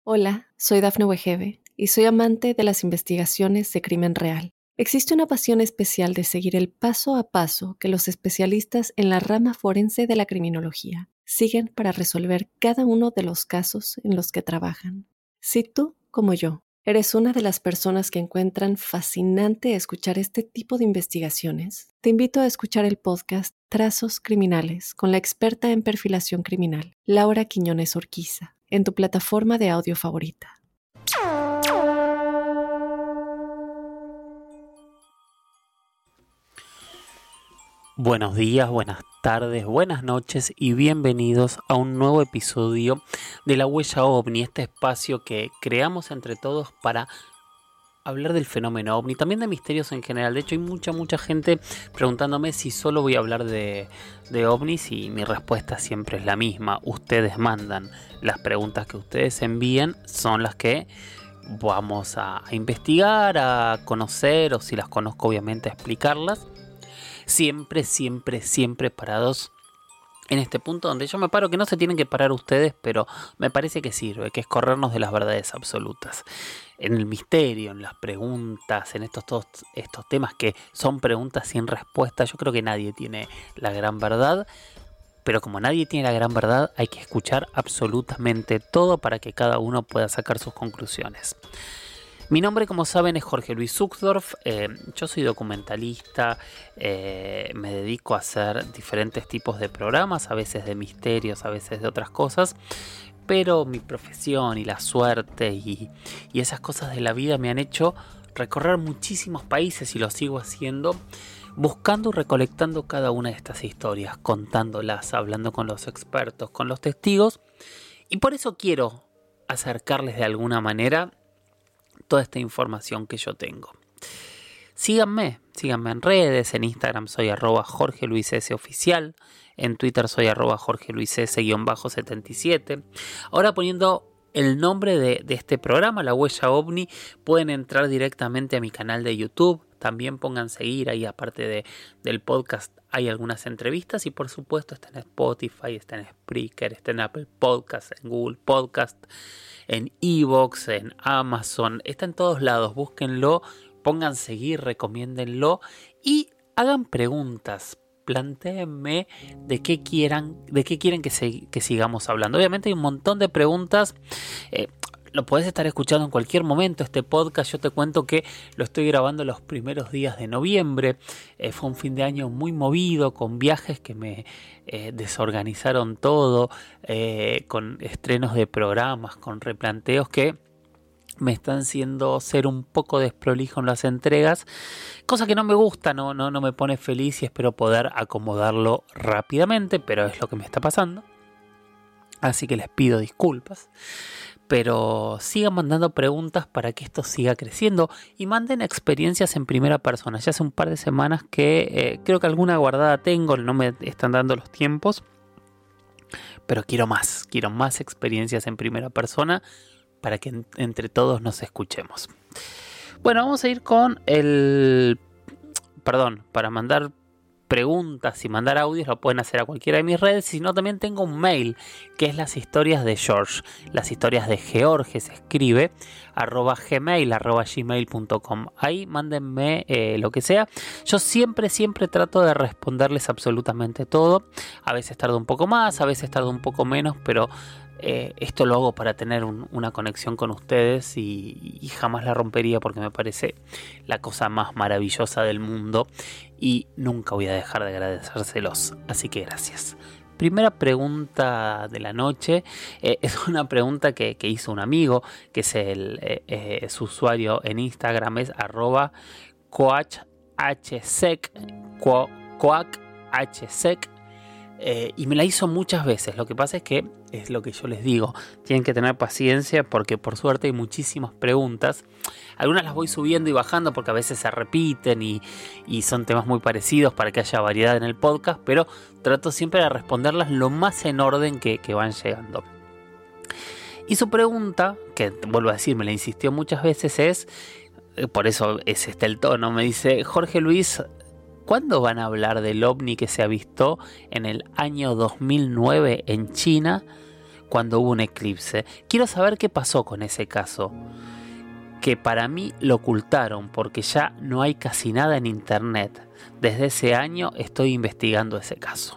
Hola, soy Dafne Wegebe y soy amante de las investigaciones de crimen real. Existe una pasión especial de seguir el paso a paso que los especialistas en la rama forense de la criminología siguen para resolver cada uno de los casos en los que trabajan. Si tú, como yo, eres una de las personas que encuentran fascinante escuchar este tipo de investigaciones, te invito a escuchar el podcast Trazos Criminales con la experta en perfilación criminal, Laura Quiñones Orquiza, en tu plataforma de audio favorita. Buenos días, buenas tardes, buenas noches y bienvenidos a un nuevo episodio de La Huella OVNI, este espacio que creamos entre todos para hablar del fenómeno OVNI, también de misterios en general. De hecho, hay mucha gente preguntándome si solo voy a hablar de OVNIs y mi respuesta siempre es la misma. Ustedes mandan las preguntas que ustedes envían, son las que vamos a investigar, a conocer, o si las conozco obviamente a explicarlas. Siempre parados en este punto donde yo me paro, que no se tienen que parar ustedes, pero me parece que sirve, que es corrernos de las verdades absolutas. En el misterio, en las preguntas, en todos estos temas que son preguntas sin respuesta, yo creo que nadie tiene la gran verdad, pero como nadie tiene la gran verdad, hay que escuchar absolutamente todo para que cada uno pueda sacar sus conclusiones. Mi nombre, como saben, es Jorge Luis Zuckdorf. Yo soy documentalista, me dedico a hacer diferentes tipos de programas, a veces de misterios, a veces de otras cosas, pero mi profesión y la suerte y esas cosas de la vida me han hecho recorrer muchísimos países y lo sigo haciendo, buscando y recolectando cada una de estas historias, contándolas, hablando con los expertos, con los testigos, y por eso quiero acercarles de alguna manera toda esta información que yo tengo. Síganme en redes, en Instagram soy @JorgeLuisSoficial, en Twitter soy @JorgeLuisS_77. Ahora poniendo el nombre de este programa, La Huella OVNI, pueden entrar directamente a mi canal de YouTube. También pongan seguir, ahí aparte del podcast hay algunas entrevistas y por supuesto está en Spotify, está en Spreaker, está en Apple Podcast, en Google Podcast, en iVoox, en Amazon, está en todos lados. Búsquenlo, pongan seguir, recomiéndenlo y hagan preguntas. Plantéenme de qué quieren que sigamos hablando. Obviamente hay un montón de preguntas. Lo podés estar escuchando en cualquier momento. Este podcast yo te cuento que lo estoy grabando los primeros días de noviembre. Fue un fin de año muy movido, con viajes que me desorganizaron todo, con estrenos de programas, con replanteos que me están haciendo ser un poco desprolijo en las entregas, cosa que no me gusta, no me pone feliz y espero poder acomodarlo rápidamente, pero es lo que me está pasando. Así que les pido disculpas. Pero sigan mandando preguntas para que esto siga creciendo y manden experiencias en primera persona. Ya hace un par de semanas que creo que alguna guardada tengo, no me están dando los tiempos, pero quiero más experiencias en primera persona para que entre todos nos escuchemos. Bueno, vamos a ir con para mandar preguntas y mandar audios lo pueden hacer a cualquiera de mis redes, sino también tengo un mail que es las historias de George, las historias de George, se escribe @gmail.com. Ahí mándenme lo que sea. Yo siempre trato de responderles absolutamente todo. A veces tardo un poco más, a veces tardo un poco menos, pero esto lo hago para tener una conexión con ustedes y jamás la rompería porque me parece la cosa más maravillosa del mundo y nunca voy a dejar de agradecérselos, así que gracias. Primera pregunta de la noche, es una pregunta que hizo un amigo, que es su usuario en Instagram, es @coachhsec, coachhsec. Y me la hizo muchas veces. Lo que pasa es que es lo que yo les digo, tienen que tener paciencia porque por suerte hay muchísimas preguntas. Algunas las voy subiendo y bajando porque a veces se repiten y son temas muy parecidos para que haya variedad en el podcast, pero trato siempre de responderlas lo más en orden que van llegando. Y su pregunta, que vuelvo a decir, me la insistió muchas veces, es, por eso es el tono, me dice: Jorge Luis, ¿cuándo van a hablar del ovni que se avistó en el año 2009 en China cuando hubo un eclipse. Quiero saber qué pasó con ese caso, que para mí lo ocultaron porque ya no hay casi nada en internet. Desde ese año estoy investigando ese caso.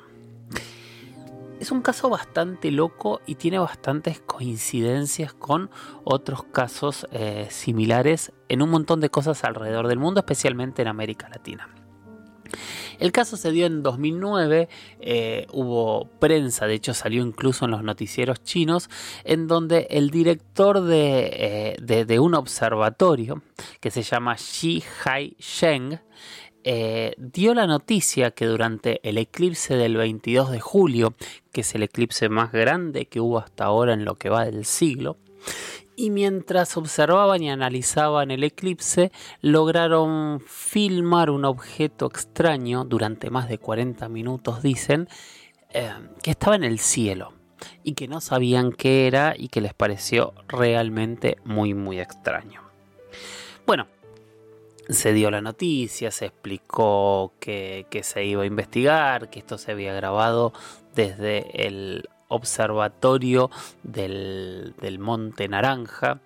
Es un caso bastante loco y tiene bastantes coincidencias con otros casos similares en un montón de cosas alrededor del mundo, especialmente en América Latina. El caso se dio en 2009, hubo prensa, de hecho salió incluso en los noticieros chinos, en donde el director de un observatorio que se llama Shi Hai-sheng dio la noticia que durante el eclipse del 22 de julio, que es el eclipse más grande que hubo hasta ahora en lo que va del siglo, y mientras observaban y analizaban el eclipse, lograron filmar un objeto extraño durante más de 40 minutos, dicen, que estaba en el cielo y que no sabían qué era y que les pareció realmente muy muy extraño. Bueno, se dio la noticia, se explicó que se iba a investigar, que esto se había grabado desde el observatorio del Monte Naranja.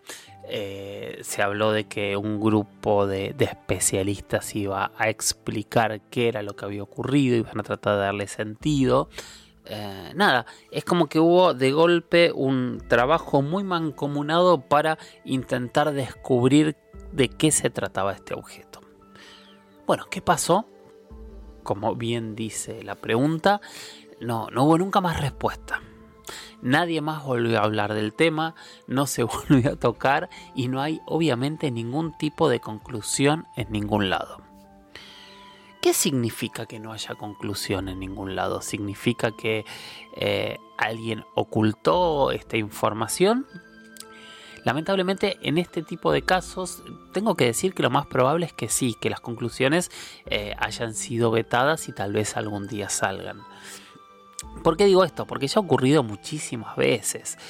Se habló de que un grupo de especialistas iba a explicar qué era lo que había ocurrido, iban a tratar de darle sentido. Nada, es como que hubo de golpe un trabajo muy mancomunado para intentar descubrir de qué se trataba este objeto. Bueno, ¿qué pasó? Como bien dice la pregunta, no hubo nunca más respuesta. Nadie más volvió a hablar del tema, no se volvió a tocar y no hay obviamente ningún tipo de conclusión en ningún lado. ¿Qué significa que no haya conclusión en ningún lado? ¿Significa que alguien ocultó esta información? Lamentablemente en este tipo de casos tengo que decir que lo más probable es que sí, que las conclusiones hayan sido vetadas y tal vez algún día salgan. ¿Por qué digo esto? Porque ya ha ocurrido muchísimas veces.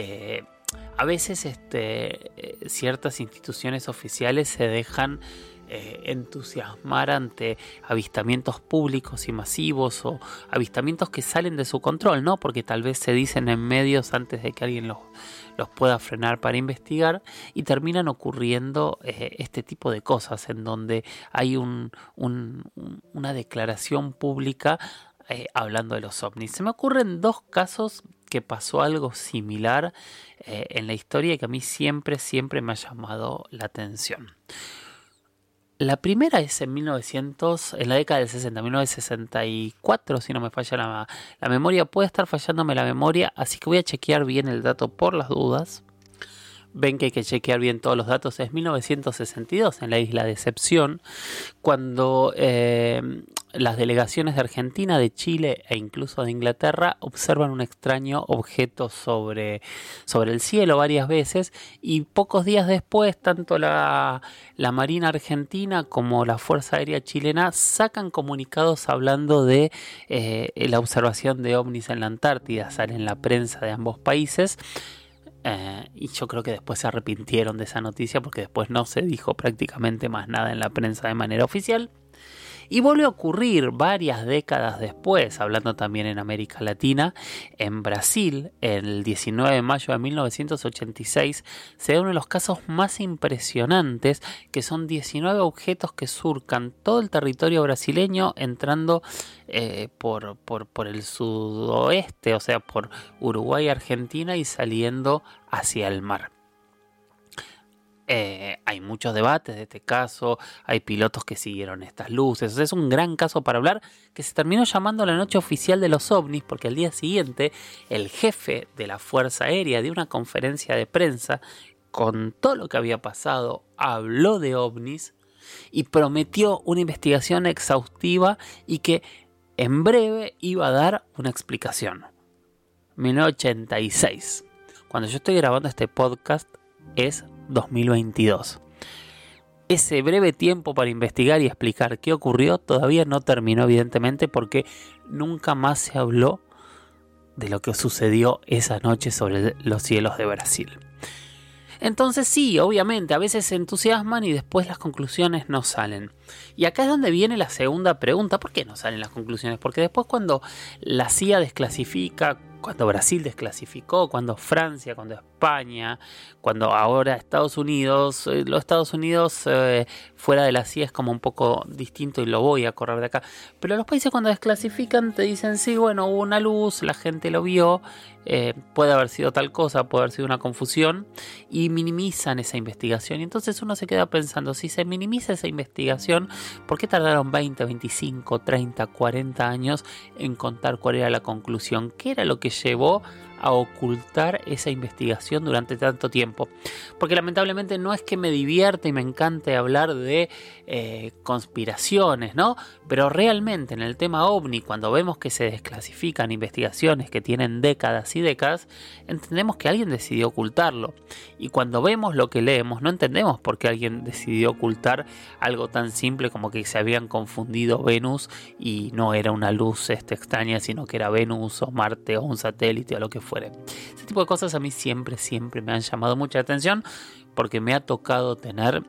A veces ciertas instituciones oficiales se dejan entusiasmar ante avistamientos públicos y masivos o avistamientos que salen de su control, ¿no? Porque tal vez se dicen en medios antes de que alguien los pueda frenar para investigar y terminan ocurriendo este tipo de cosas en donde hay una declaración pública hablando de los ovnis. Se me ocurren dos casos que pasó algo similar en la historia y que a mí siempre me ha llamado la atención. La primera es en la década del 60, 1964, si no me falla la memoria. Puede estar fallándome la memoria, así que voy a chequear bien el dato por las dudas. Ven que hay que chequear bien todos los datos. Es 1962 en la isla de Decepción, cuando las delegaciones de Argentina, de Chile e incluso de Inglaterra observan un extraño objeto sobre el cielo varias veces, y pocos días después tanto la Marina Argentina como la Fuerza Aérea Chilena sacan comunicados hablando de la observación de ovnis en la Antártida. Sale en la prensa de ambos países. Y yo creo que después se arrepintieron de esa noticia porque después no se dijo prácticamente más nada en la prensa de manera oficial. Y vuelve a ocurrir varias décadas después, hablando también en América Latina, en Brasil, el 19 de mayo de 1986, se da uno de los casos más impresionantes, que son 19 objetos que surcan todo el territorio brasileño, entrando por el sudoeste, o sea, por Uruguay y Argentina, y saliendo hacia el mar. Hay muchos debates de este caso, hay pilotos que siguieron estas luces. O sea, es un gran caso para hablar, que se terminó llamando la noche oficial de los ovnis, porque al día siguiente el jefe de la Fuerza Aérea dio una conferencia de prensa con todo lo que había pasado, habló de ovnis y prometió una investigación exhaustiva y que en breve iba a dar una explicación. 1986. Cuando yo estoy grabando este podcast es 2022. Ese breve tiempo para investigar y explicar qué ocurrió todavía no terminó, evidentemente, porque nunca más se habló de lo que sucedió esa noche sobre los cielos de Brasil. Entonces sí, obviamente, a veces se entusiasman y después las conclusiones no salen. Y acá es donde viene la segunda pregunta: ¿por qué no salen las conclusiones? Porque después, cuando la CIA desclasifica cuando Brasil desclasificó, cuando Francia, cuando España, cuando ahora Estados Unidos, los Estados Unidos fuera de la CIA es como un poco distinto y lo voy a correr de acá, pero los países cuando desclasifican te dicen sí, bueno, hubo una luz, la gente lo vio, puede haber sido tal cosa, puede haber sido una confusión, y minimizan esa investigación. Y entonces uno se queda pensando, si se minimiza esa investigación, ¿por qué tardaron 20, 25, 30, 40 años en contar cuál era la conclusión? ¿Qué era lo que llevó a ocultar esa investigación durante tanto tiempo? Porque lamentablemente no es que me divierte y me encante hablar de conspiraciones, ¿no? Pero realmente en el tema OVNI, cuando vemos que se desclasifican investigaciones que tienen décadas y décadas, entendemos que alguien decidió ocultarlo. Y cuando vemos lo que leemos, no entendemos por qué alguien decidió ocultar algo tan simple como que se habían confundido Venus y no era una luz extraña, sino que era Venus o Marte o un satélite o lo que fuere. Ese tipo de cosas a mí siempre me han llamado mucha atención porque me ha tocado tener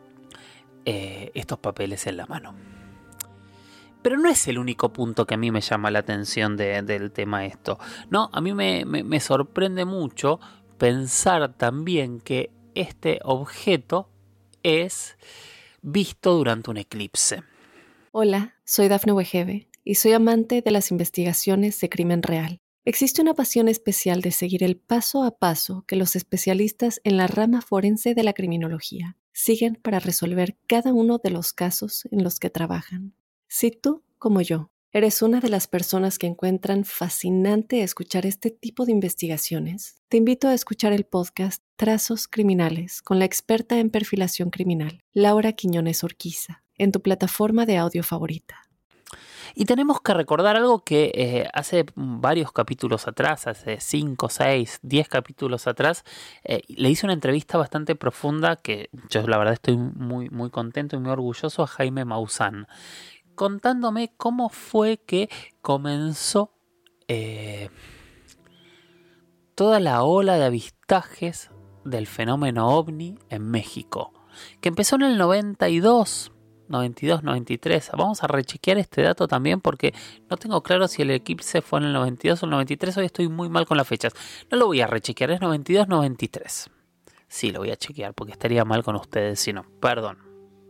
estos papeles en la mano. Pero no es el único punto que a mí me llama la atención del tema esto. No, a mí me sorprende mucho pensar también que este objeto es visto durante un eclipse. Hola, soy Dafne Wegebe y soy amante de las investigaciones de crimen real. Existe una pasión especial de seguir el paso a paso que los especialistas en la rama forense de la criminología siguen para resolver cada uno de los casos en los que trabajan. Si tú, como yo, eres una de las personas que encuentran fascinante escuchar este tipo de investigaciones, te invito a escuchar el podcast Trazos Criminales con la experta en perfilación criminal, Laura Quiñones Orquiza, en tu plataforma de audio favorita. Y tenemos que recordar algo que hace varios capítulos atrás, hace 5, 6, 10 capítulos atrás, le hice una entrevista bastante profunda que yo la verdad estoy muy contento y muy orgulloso a Jaime Maussan, contándome cómo fue que comenzó toda la ola de avistajes del fenómeno OVNI en México, que empezó en el 92, 93. Vamos a rechequear este dato también porque no tengo claro si el eclipse fue en el 92 o el 93. Hoy estoy muy mal con las fechas. No lo voy a rechequear, es 92, 93. Sí, lo voy a chequear porque estaría mal con ustedes si no. Perdón.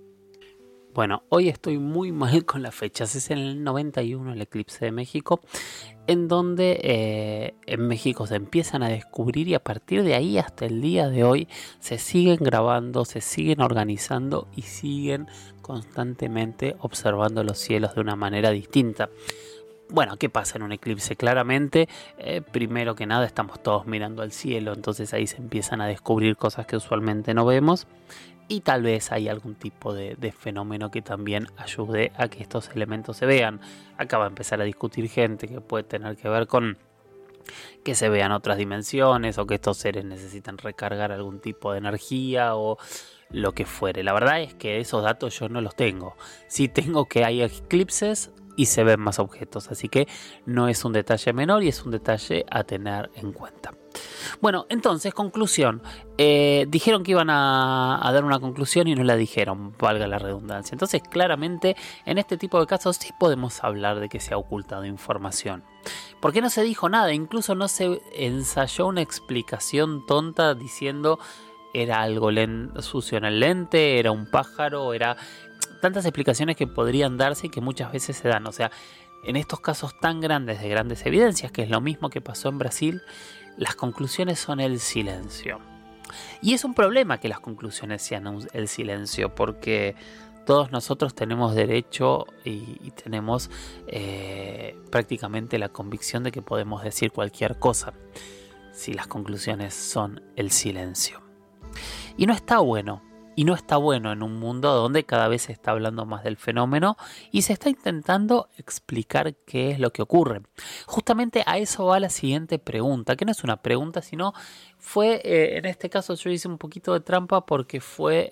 Bueno, hoy estoy muy mal con las fechas. Es en el 91 el eclipse de México, en donde en México se empiezan a descubrir y a partir de ahí hasta el día de hoy se siguen grabando, se siguen organizando y siguen constantemente observando los cielos de una manera distinta. Bueno, ¿qué pasa en un eclipse? Claramente, primero que nada estamos todos mirando al cielo, entonces ahí se empiezan a descubrir cosas que usualmente no vemos. Y tal vez hay algún tipo de fenómeno que también ayude a que estos elementos se vean. Acá va a empezar a discutir gente que puede tener que ver con que se vean otras dimensiones o que estos seres necesitan recargar algún tipo de energía o lo que fuere. La verdad es que esos datos yo no los tengo. Sí tengo que hay eclipses y se ven más objetos, así que no es un detalle menor y es un detalle a tener en cuenta. Bueno, entonces, conclusión. Dijeron que iban a dar una conclusión y no la dijeron, valga la redundancia. Entonces, claramente, en este tipo de casos sí podemos hablar de que se ha ocultado información. ¿Por qué no se dijo nada? Incluso no se ensayó una explicación tonta diciendo era algo sucio en el lente, era un pájaro, era tantas explicaciones que podrían darse y que muchas veces se dan. O sea, en estos casos tan grandes de grandes evidencias, que es lo mismo que pasó en Brasil, las conclusiones son el silencio. Y es un problema que las conclusiones sean el silencio, porque todos nosotros tenemos derecho y tenemos prácticamente la convicción de que podemos decir cualquier cosa si las conclusiones son el silencio. Y no está bueno. Y no está bueno en un mundo donde cada vez se está hablando más del fenómeno y se está intentando explicar qué es lo que ocurre. Justamente a eso va la siguiente pregunta, que no es una pregunta, sino fue, en este caso yo hice un poquito de trampa porque fue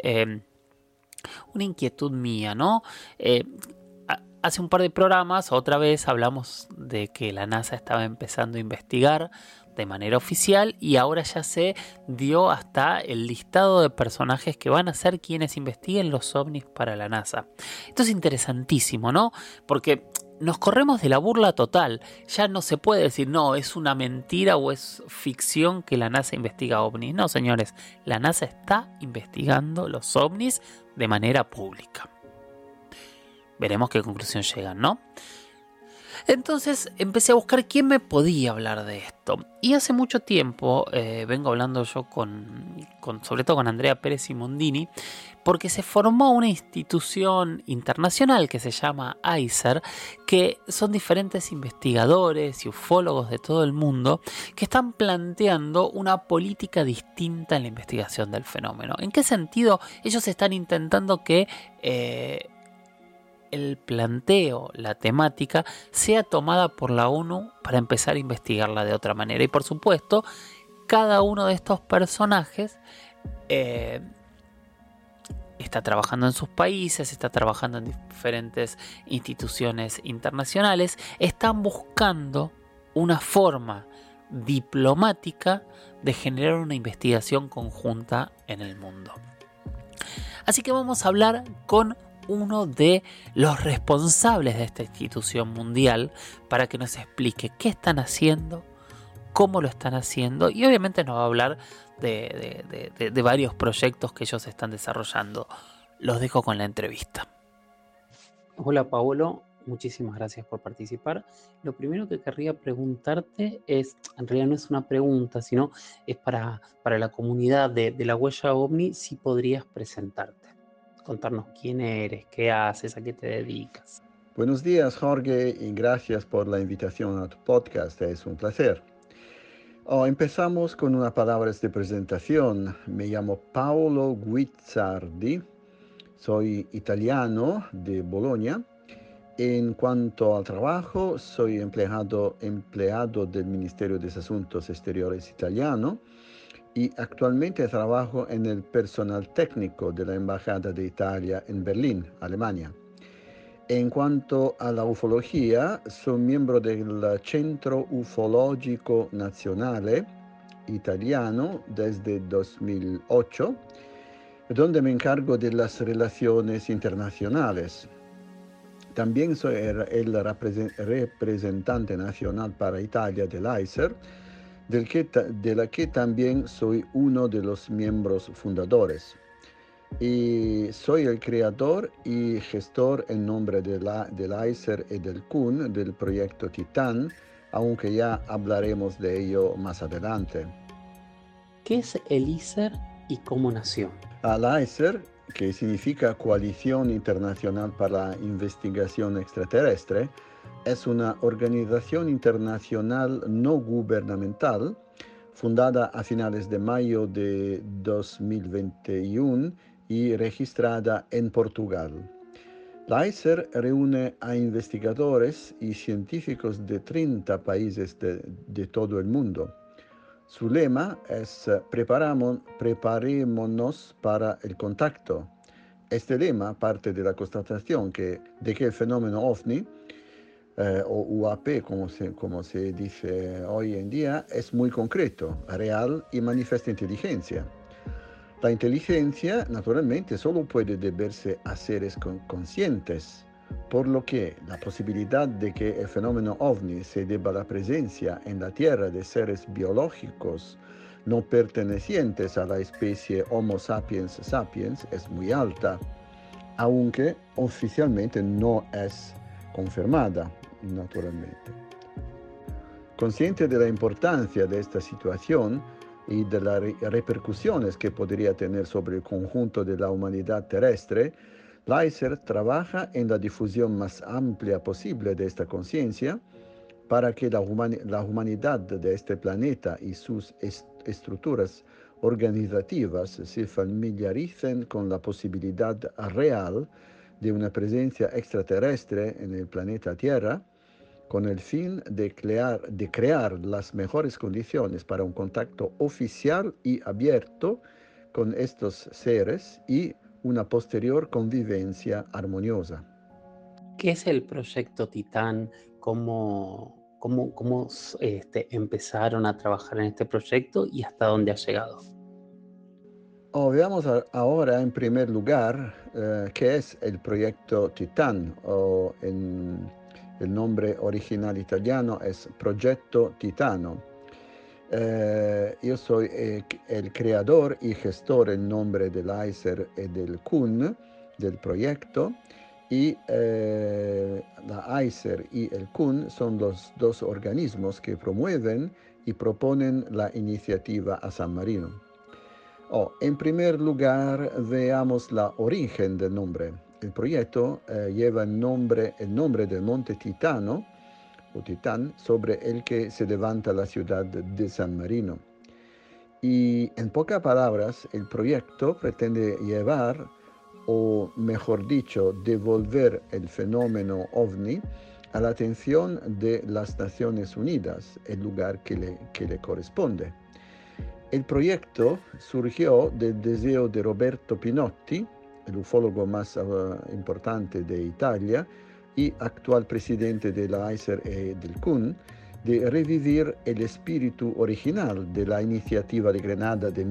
una inquietud mía, ¿no? Hace un par de programas, otra vez hablamos de que la NASA estaba empezando a investigar de manera oficial y ahora ya se dio hasta el listado de personajes que van a ser quienes investiguen los ovnis para la NASA. Esto es interesantísimo, ¿no? Porque nos corremos de la burla total. Ya no se puede decir, no, es una mentira o es ficción que la NASA investiga ovnis. No, señores, la NASA está investigando los ovnis de manera pública. Veremos qué conclusión llegan, ¿no? Entonces empecé a buscar quién me podía hablar de esto. Y hace mucho tiempo vengo hablando yo sobre todo con Andrea Pérez Simondini, porque se formó una institución internacional que se llama ICER, que son diferentes investigadores y ufólogos de todo el mundo que están planteando una política distinta en la investigación del fenómeno. ¿En qué sentido? Ellos están intentando que el planteo, la temática, sea tomada por la ONU para empezar a investigarla de otra manera. Y por supuesto, cada uno de estos personajes está trabajando en sus países, está trabajando en diferentes instituciones internacionales, están buscando una forma diplomática de generar una investigación conjunta en el mundo. Así que vamos a hablar con uno de los responsables de esta institución mundial para que nos explique qué están haciendo, cómo lo están haciendo y obviamente nos va a hablar de varios proyectos que ellos están desarrollando. Los dejo con la entrevista. Hola Paolo, muchísimas gracias por participar. Lo primero que querría preguntarte es, en realidad no es una pregunta, sino es para la comunidad de la Huella OVNI, si podrías presentarte. Contarnos quién eres, qué haces, a qué te dedicas. Buenos días, Jorge, y gracias por la invitación a tu podcast. Es un placer. Empezamos con unas palabras de presentación. Me llamo Paolo Guizzardi, soy italiano de Bolonia. En cuanto al trabajo, soy empleado del Ministerio de Asuntos Exteriores italiano y actualmente trabajo en el personal técnico de la Embajada de Italia en Berlín, Alemania. En cuanto a la ufología, soy miembro del Centro Ufologico Nazionale italiano desde 2008, donde me encargo de las relaciones internacionales. También soy el representante nacional para Italia del ICER, de la que también soy uno de los miembros fundadores. Y soy el creador y gestor en nombre del ICER y del CUN del proyecto Titán, aunque ya hablaremos de ello más adelante. ¿Qué es el ICER y cómo nació? El ICER, que significa Coalición Internacional para la Investigación Extraterrestre, es una organización internacional no gubernamental fundada a finales de mayo de 2021 y registrada en Portugal. La ICER reúne a investigadores y científicos de 30 países de todo el mundo. Su lema es preparémonos para el contacto. Este lema parte de la constatación de que el fenómeno OVNI, o UAP como se dice hoy en día, es muy concreto, real y manifiesta inteligencia. La inteligencia, naturalmente, solo puede deberse a seres conscientes, por lo que la posibilidad de que el fenómeno OVNI se deba a la presencia en la Tierra de seres biológicos no pertenecientes a la especie Homo sapiens sapiens es muy alta, aunque oficialmente no es confirmada, naturalmente. Consciente de la importancia de esta situación y de las repercusiones que podría tener sobre el conjunto de la humanidad terrestre, la ICER trabaja en la difusión más amplia posible de esta conciencia para que la humanidad de este planeta y sus estructuras organizativas se familiaricen con la posibilidad real de una presencia extraterrestre en el planeta Tierra, con el fin de crear las mejores condiciones para un contacto oficial y abierto con estos seres y una posterior convivencia armoniosa. ¿Qué es el proyecto Titán? ¿Cómo empezaron a trabajar en este proyecto y hasta dónde ha llegado? Veamos ahora en primer lugar qué es el proyecto Titán, o en El nombre original italiano es Progetto Titano. Io soy el creador y gestor en nombre del ICER y del CUN del proyecto. Y la ICER y el CUN son los dos organismos que promueven y proponen la iniciativa a San Marino. En primer lugar, veamos la origen del nombre. El proyecto lleva el nombre del monte Titano, o Titán, sobre el que se levanta la ciudad de San Marino. Y en pocas palabras, el proyecto pretende llevar, o mejor dicho, devolver el fenómeno OVNI a la atención de las Naciones Unidas, el lugar que le corresponde. El proyecto surgió del deseo de Roberto Pinotti, el ufólogo más importante de Italia y actual presidente de la ICER y del CUN, de revivir el espíritu original de la iniciativa de Grenada de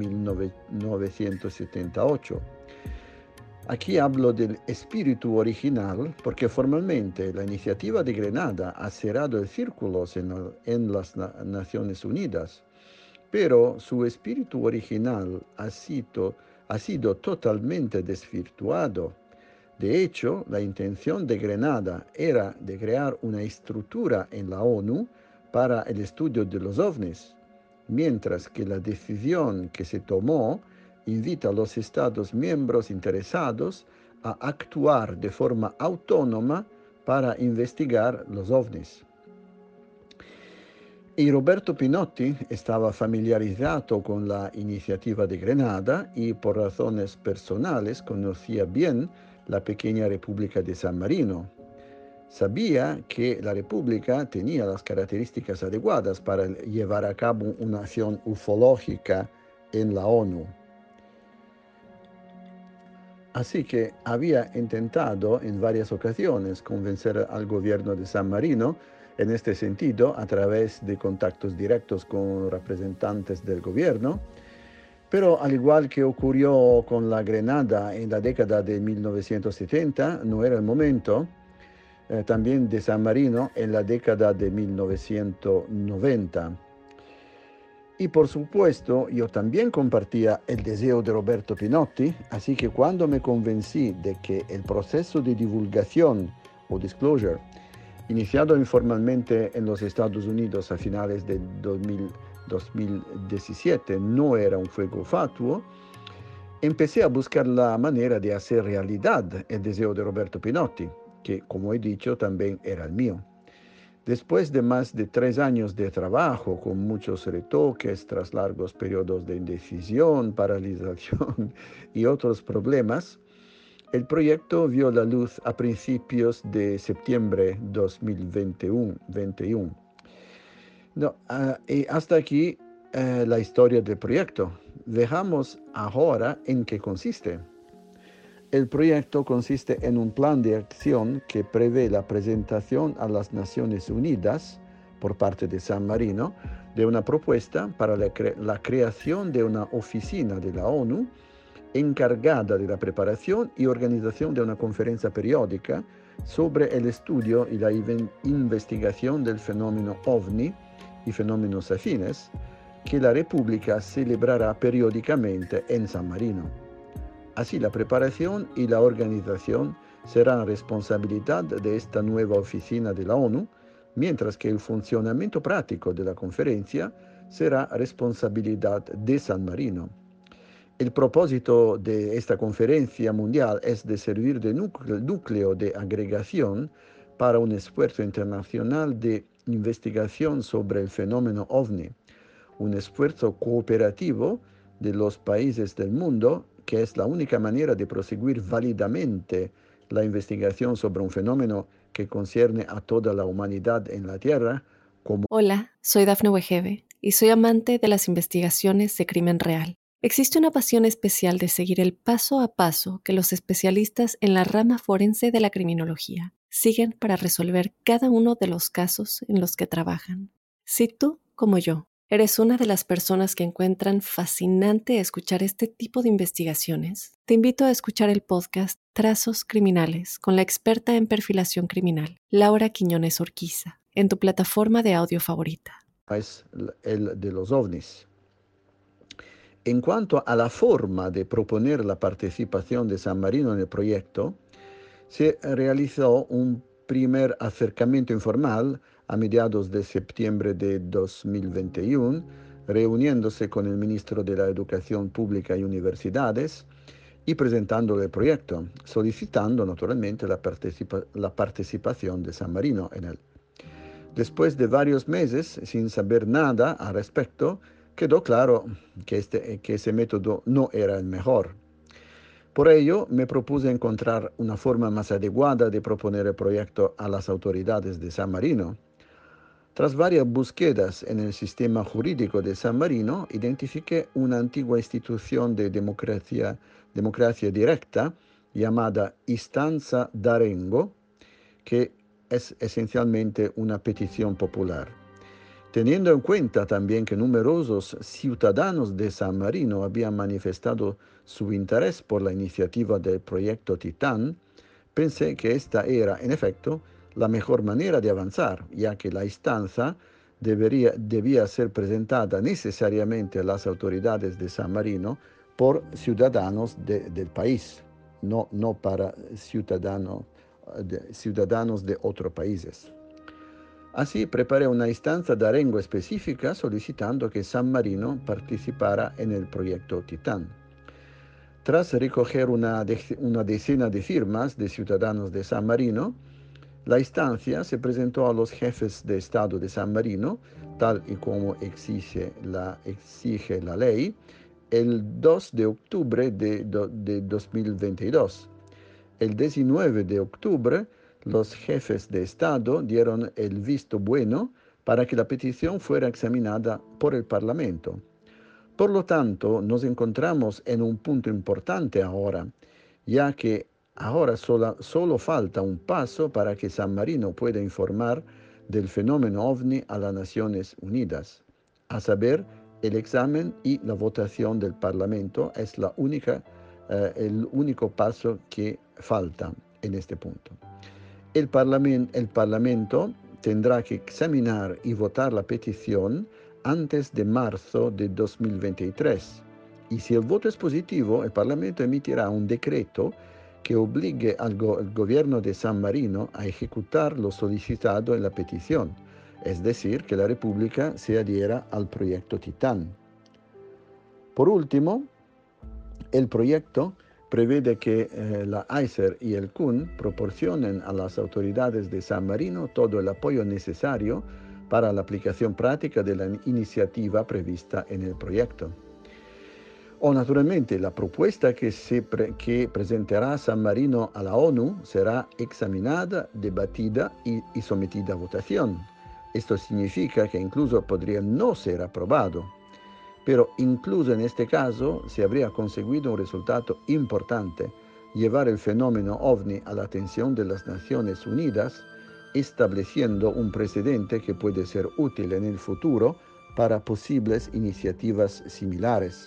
1978. Aquí hablo del espíritu original porque formalmente la iniciativa de Grenada ha cerrado el círculo en las Naciones Unidas, pero su espíritu original ha sido totalmente desvirtuado. De hecho, la intención de Grenada era de crear una estructura en la ONU para el estudio de los ovnis, mientras que la decisión que se tomó invita a los Estados miembros interesados a actuar de forma autónoma para investigar los ovnis. Y Roberto Pinotti estaba familiarizado con la iniciativa de Grenada y por razones personales conocía bien la pequeña República de San Marino. Sabía que la República tenía las características adecuadas para llevar a cabo una acción ufológica en la ONU. Así que había intentado en varias ocasiones convencer al gobierno de San Marino en este sentido a través de contactos directos con representantes del gobierno, pero al igual que ocurrió con la Grenada en la década de 1970, no era el momento. También de San Marino en la década de 1990. Y por supuesto, yo también compartía el deseo de Roberto Pinotti, así que cuando me convencí de que el proceso de divulgación o disclosure, iniciado informalmente en los Estados Unidos a finales de 2017, no era un fuego fatuo, empecé a buscar la manera de hacer realidad el deseo de Roberto Pinotti, que, como he dicho, también era el mío. Después de más de 3 años de trabajo, con muchos retoques, tras largos periodos de indecisión, paralización y otros problemas, el proyecto vio la luz a principios de septiembre 2021. Y hasta aquí la historia del proyecto. Veamos ahora en qué consiste. El proyecto consiste en un plan de acción que prevé la presentación a las Naciones Unidas por parte de San Marino de una propuesta para la creación de una oficina de la ONU encargada de la preparación y organización de una conferencia periódica sobre el estudio y la investigación del fenómeno OVNI y fenómenos afines que la República celebrará periódicamente en San Marino. Así, la preparación y la organización serán responsabilidad de esta nueva oficina de la ONU, mientras que el funcionamiento práctico de la conferencia será responsabilidad de San Marino. El propósito de esta conferencia mundial es de servir de núcleo de agregación para un esfuerzo internacional de investigación sobre el fenómeno OVNI, un esfuerzo cooperativo de los países del mundo que es la única manera de proseguir válidamente la investigación sobre un fenómeno que concierne a toda la humanidad en la Tierra. Hola, soy Dafne Wegebe y soy amante de las investigaciones de crimen real. Existe una pasión especial de seguir el paso a paso que los especialistas en la rama forense de la criminología siguen para resolver cada uno de los casos en los que trabajan. Si tú, como yo, ¿Eres una de las personas que encuentran fascinante escuchar este tipo de investigaciones? Te invito a escuchar el podcast Trazos Criminales con la experta en perfilación criminal, Laura Quiñones Orquiza, en tu plataforma de audio favorita. Es el de los ovnis. En cuanto a la forma de proponer la participación de San Marino en el proyecto, se realizó un primer acercamiento informal a mediados de septiembre de 2021, reuniéndose con el ministro de la Educación Pública y Universidades y presentándole el proyecto, solicitando naturalmente la participación de San Marino en él. Después de varios meses sin saber nada al respecto, quedó claro que ese método no era el mejor. Por ello, me propuse encontrar una forma más adecuada de proponer el proyecto a las autoridades de San Marino. Tras varias búsquedas en el sistema jurídico de San Marino, identifiqué una antigua institución de democracia directa llamada Istanza d'Arengo, que es esencialmente una petición popular. Teniendo en cuenta también que numerosos ciudadanos de San Marino habían manifestado su interés por la iniciativa del proyecto Titán, pensé que esta era, en efecto, la mejor manera de avanzar, ya que la instancia debía ser presentada necesariamente a las autoridades de San Marino por ciudadanos del país, no para ciudadanos de otros países. Así preparé una instancia de arengo específica solicitando que San Marino participara en el proyecto Titán. Tras recoger una decena de firmas de ciudadanos de San Marino, la instancia se presentó a los jefes de Estado de San Marino, tal y como exige la ley, el 2 de octubre de 2022. El 19 de octubre, los jefes de Estado dieron el visto bueno para que la petición fuera examinada por el Parlamento. Por lo tanto, nos encontramos en un punto importante ahora, ya que ahora solo falta un paso para que San Marino pueda informar del fenómeno OVNI a las Naciones Unidas. A saber, el examen y la votación del Parlamento es el único paso que falta en este punto. El Parlamento tendrá que examinar y votar la petición antes de marzo de 2023. Y si el voto es positivo, el Parlamento emitirá un decreto que obligue al gobierno de San Marino a ejecutar lo solicitado en la petición, es decir, que la República se adhiera al proyecto Titán. Por último, el proyecto prevé que la AICER y el CUN proporcionen a las autoridades de San Marino todo el apoyo necesario para la aplicación práctica de la iniciativa prevista en el proyecto. Naturalmente, la propuesta que presentará San Marino a la ONU será examinada, debatida y sometida a votación. Esto significa que incluso podría no ser aprobado. Pero incluso en este caso se habría conseguido un resultado importante: llevar el fenómeno OVNI a la atención de las Naciones Unidas, estableciendo un precedente que puede ser útil en el futuro para posibles iniciativas similares.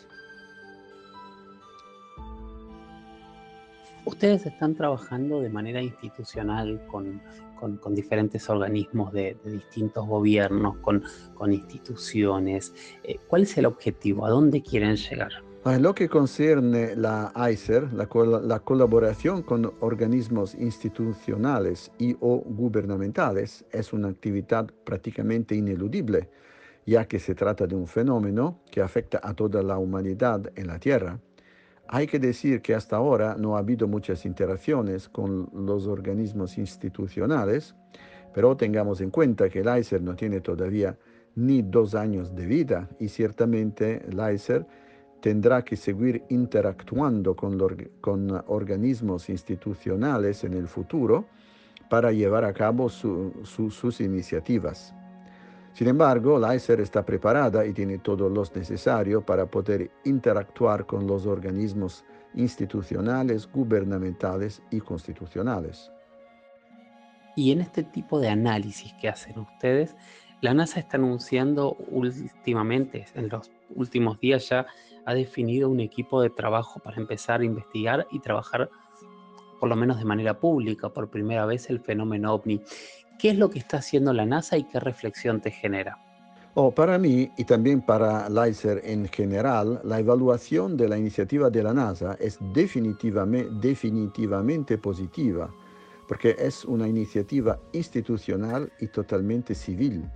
Ustedes están trabajando de manera institucional con diferentes organismos de distintos gobiernos, con instituciones. ¿Cuál es el objetivo? ¿A dónde quieren llegar? En lo que concierne la AICER, la colaboración con organismos institucionales y o gubernamentales es una actividad prácticamente ineludible, ya que se trata de un fenómeno que afecta a toda la humanidad en la Tierra. Hay que decir que hasta ahora no ha habido muchas interacciones con los organismos institucionales, pero tengamos en cuenta que el AICER no tiene todavía ni 2 años de vida y ciertamente el AICER tendrá que seguir interactuando con organismos institucionales en el futuro para llevar a cabo sus iniciativas. Sin embargo, la AICER está preparada y tiene todo lo necesario para poder interactuar con los organismos institucionales, gubernamentales y constitucionales. Y en este tipo de análisis que hacen ustedes, La NASA está anunciando últimamente, en los últimos días ya, ha definido un equipo de trabajo para empezar a investigar y trabajar, por lo menos de manera pública, por primera vez el fenómeno OVNI. ¿Qué es lo que está haciendo la NASA y qué reflexión te genera? Para mí y también para LISER en general, la evaluación de la iniciativa de la NASA es definitivamente positiva, porque es una iniciativa institucional y totalmente civil.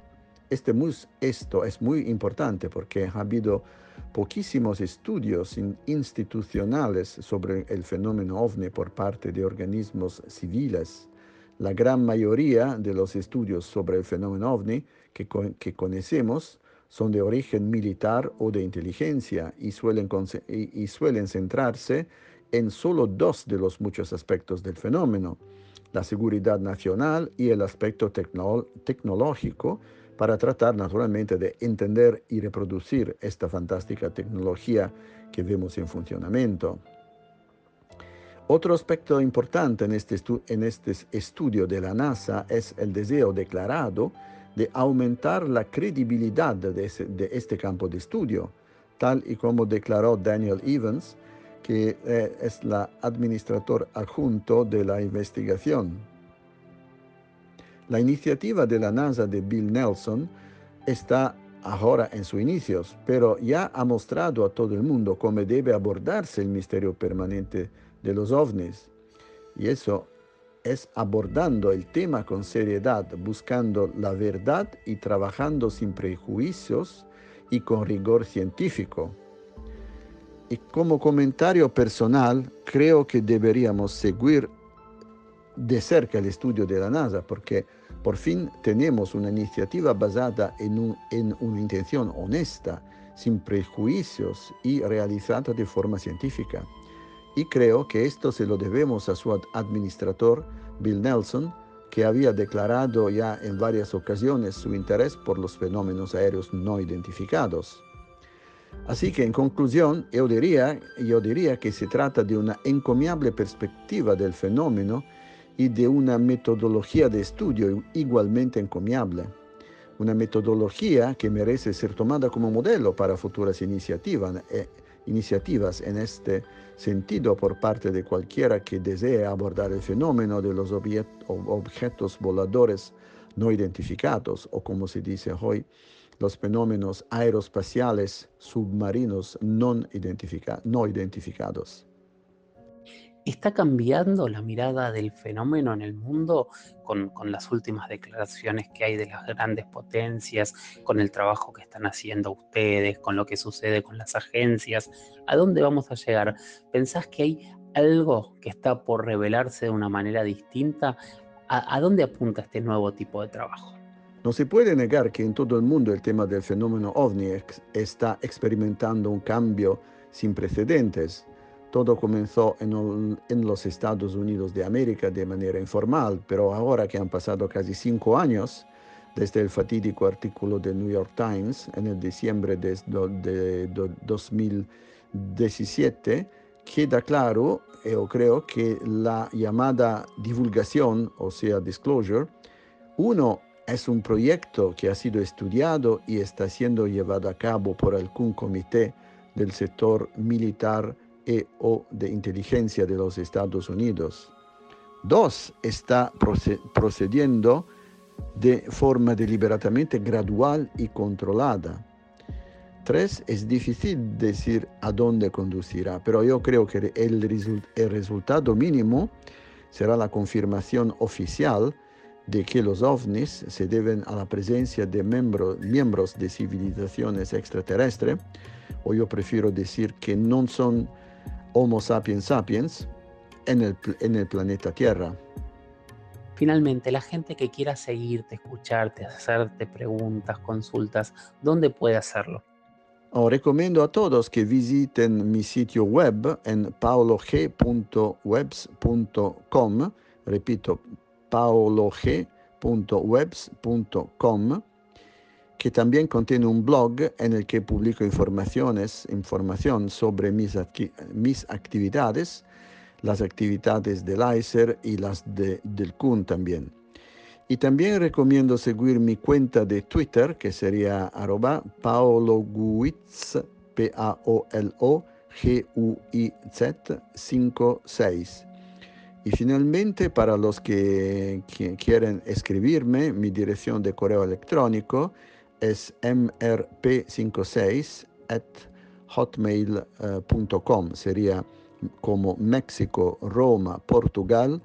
Esto es muy importante porque ha habido poquísimos estudios institucionales sobre el fenómeno OVNI por parte de organismos civiles. La gran mayoría de los estudios sobre el fenómeno OVNI que conocemos son de origen militar o de inteligencia y suelen centrarse en solo dos de los muchos aspectos del fenómeno: la seguridad nacional y el aspecto tecnológico, para tratar naturalmente de entender y reproducir esta fantástica tecnología que vemos en funcionamiento. Otro aspecto importante en este estudio de la NASA es el deseo declarado de aumentar la credibilidad de este campo de estudio, tal y como declaró Daniel Evans, que es el administrador adjunto de la investigación. La iniciativa de la NASA de Bill Nelson está ahora en sus inicios, pero ya ha mostrado a todo el mundo cómo debe abordarse el misterio permanente de los ovnis. Y eso es abordando el tema con seriedad, buscando la verdad y trabajando sin prejuicios y con rigor científico. Y como comentario personal, creo que deberíamos seguir de cerca el estudio de la NASA, porque por fin tenemos una iniciativa basada en una intención honesta, sin prejuicios y realizada de forma científica. Y creo que esto se lo debemos a su administrador, Bill Nelson, que había declarado ya en varias ocasiones su interés por los fenómenos aéreos no identificados. Así que en conclusión, yo diría que se trata de una encomiable perspectiva del fenómeno y de una metodología de estudio igualmente encomiable. Una metodología que merece ser tomada como modelo para futuras iniciativas en este sentido por parte de cualquiera que desee abordar el fenómeno de los objetos voladores no identificados, o como se dice hoy, los fenómenos aeroespaciales submarinos no identificados. ¿Está cambiando la mirada del fenómeno en el mundo con las últimas declaraciones que hay de las grandes potencias, con el trabajo que están haciendo ustedes, con lo que sucede con las agencias? ¿A dónde vamos a llegar? ¿Pensás que hay algo que está por revelarse de una manera distinta? ¿A dónde apunta este nuevo tipo de trabajo? No se puede negar que en todo el mundo el tema del fenómeno OVNI está experimentando un cambio sin precedentes. Todo comenzó en los Estados Unidos de América de manera informal, pero ahora que han pasado casi 5 años desde el fatídico artículo del New York Times en el diciembre de 2017, queda claro, yo creo, que la llamada divulgación, o sea, disclosure, es un proyecto que ha sido estudiado y está siendo llevado a cabo por algún comité del sector militar o de inteligencia de los Estados Unidos. 2, está procediendo de forma deliberadamente gradual y controlada. 3, es difícil decir a dónde conducirá, pero yo creo que el resultado mínimo será la confirmación oficial de que los ovnis se deben a la presencia de miembros de civilizaciones extraterrestres, o yo prefiero decir que no son Homo sapiens sapiens en el planeta Tierra. Finalmente, la gente que quiera seguirte, escucharte, hacerte preguntas, consultas, ¿dónde puede hacerlo? Recomiendo a todos que visiten mi sitio web en paolog.webs.com, repito, paolog.webs.com, que también contiene un blog en el que publico información sobre mis actividades, las actividades del ICER y las del CUN también. Y también recomiendo seguir mi cuenta de Twitter, que sería @paologuiz, PAOLOGUIZ 56. Y finalmente, para los que quieren escribirme, mi dirección de correo electrónico es mrp56@hotmail.com. Sería como México, Roma, Portugal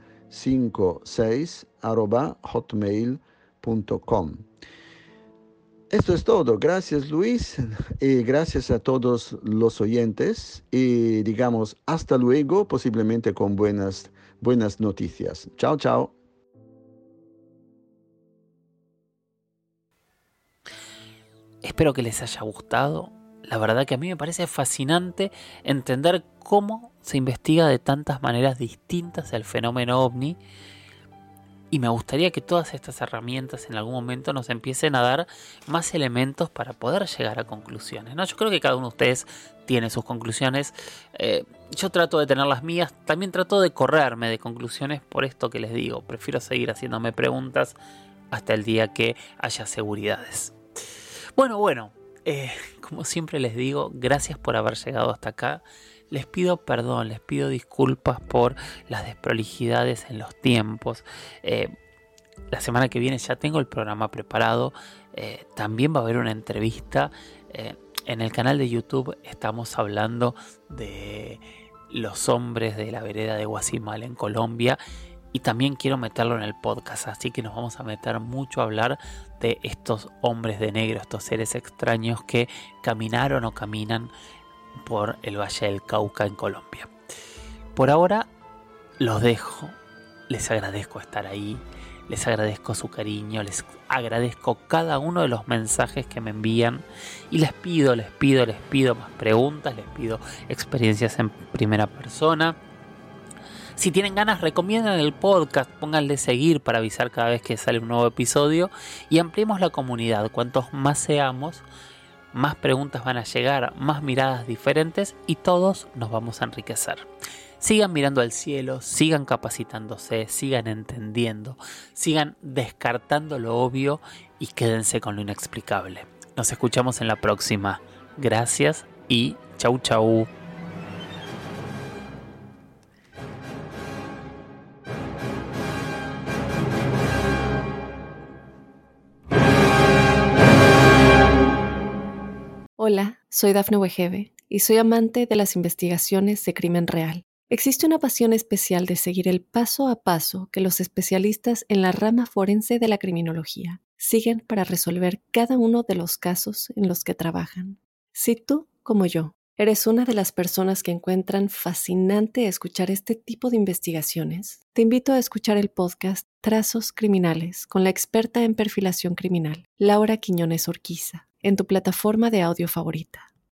56@hotmail.com. Esto es todo. Gracias, Luis, y gracias a todos los oyentes. Y digamos, hasta luego, posiblemente con buenas noticias. Chao, chao. Espero que les haya gustado. La verdad que a mí me parece fascinante entender cómo se investiga de tantas maneras distintas el fenómeno ovni. Y me gustaría que todas estas herramientas en algún momento nos empiecen a dar más elementos para poder llegar a conclusiones, ¿no? Yo creo que cada uno de ustedes tiene sus conclusiones. Yo trato de tener las mías. También trato de correrme de conclusiones por esto que les digo. Prefiero seguir haciéndome preguntas hasta el día que haya seguridades. Bueno, como siempre les digo, gracias por haber llegado hasta acá. Les pido perdón, les pido disculpas por las desprolijidades en los tiempos. La semana que viene ya tengo el programa preparado. También va a haber una entrevista. En el canal de YouTube estamos hablando de los hombres de la vereda de Guasimal en Colombia. Y también quiero meterlo en el podcast, así que nos vamos a meter mucho a hablar de estos hombres de negro, estos seres extraños que caminaron o caminan por el Valle del Cauca en Colombia. Por ahora los dejo, les agradezco estar ahí, les agradezco su cariño, les agradezco cada uno de los mensajes que me envían y les pido más preguntas, les pido experiencias en primera persona. Si tienen ganas, recomiendan el podcast, pónganle seguir para avisar cada vez que sale un nuevo episodio y ampliemos la comunidad. Cuantos más seamos, más preguntas van a llegar, más miradas diferentes y todos nos vamos a enriquecer. Sigan mirando al cielo, sigan capacitándose, sigan entendiendo, sigan descartando lo obvio y quédense con lo inexplicable. Nos escuchamos en la próxima. Gracias y chau chau. Hola, soy Dafne Wegebe y soy amante de las investigaciones de crimen real. Existe una pasión especial de seguir el paso a paso que los especialistas en la rama forense de la criminología siguen para resolver cada uno de los casos en los que trabajan. Si tú, como yo, eres una de las personas que encuentran fascinante escuchar este tipo de investigaciones, te invito a escuchar el podcast Trazos Criminales con la experta en perfilación criminal, Laura Quiñones Orquiza, en tu plataforma de audio favorita.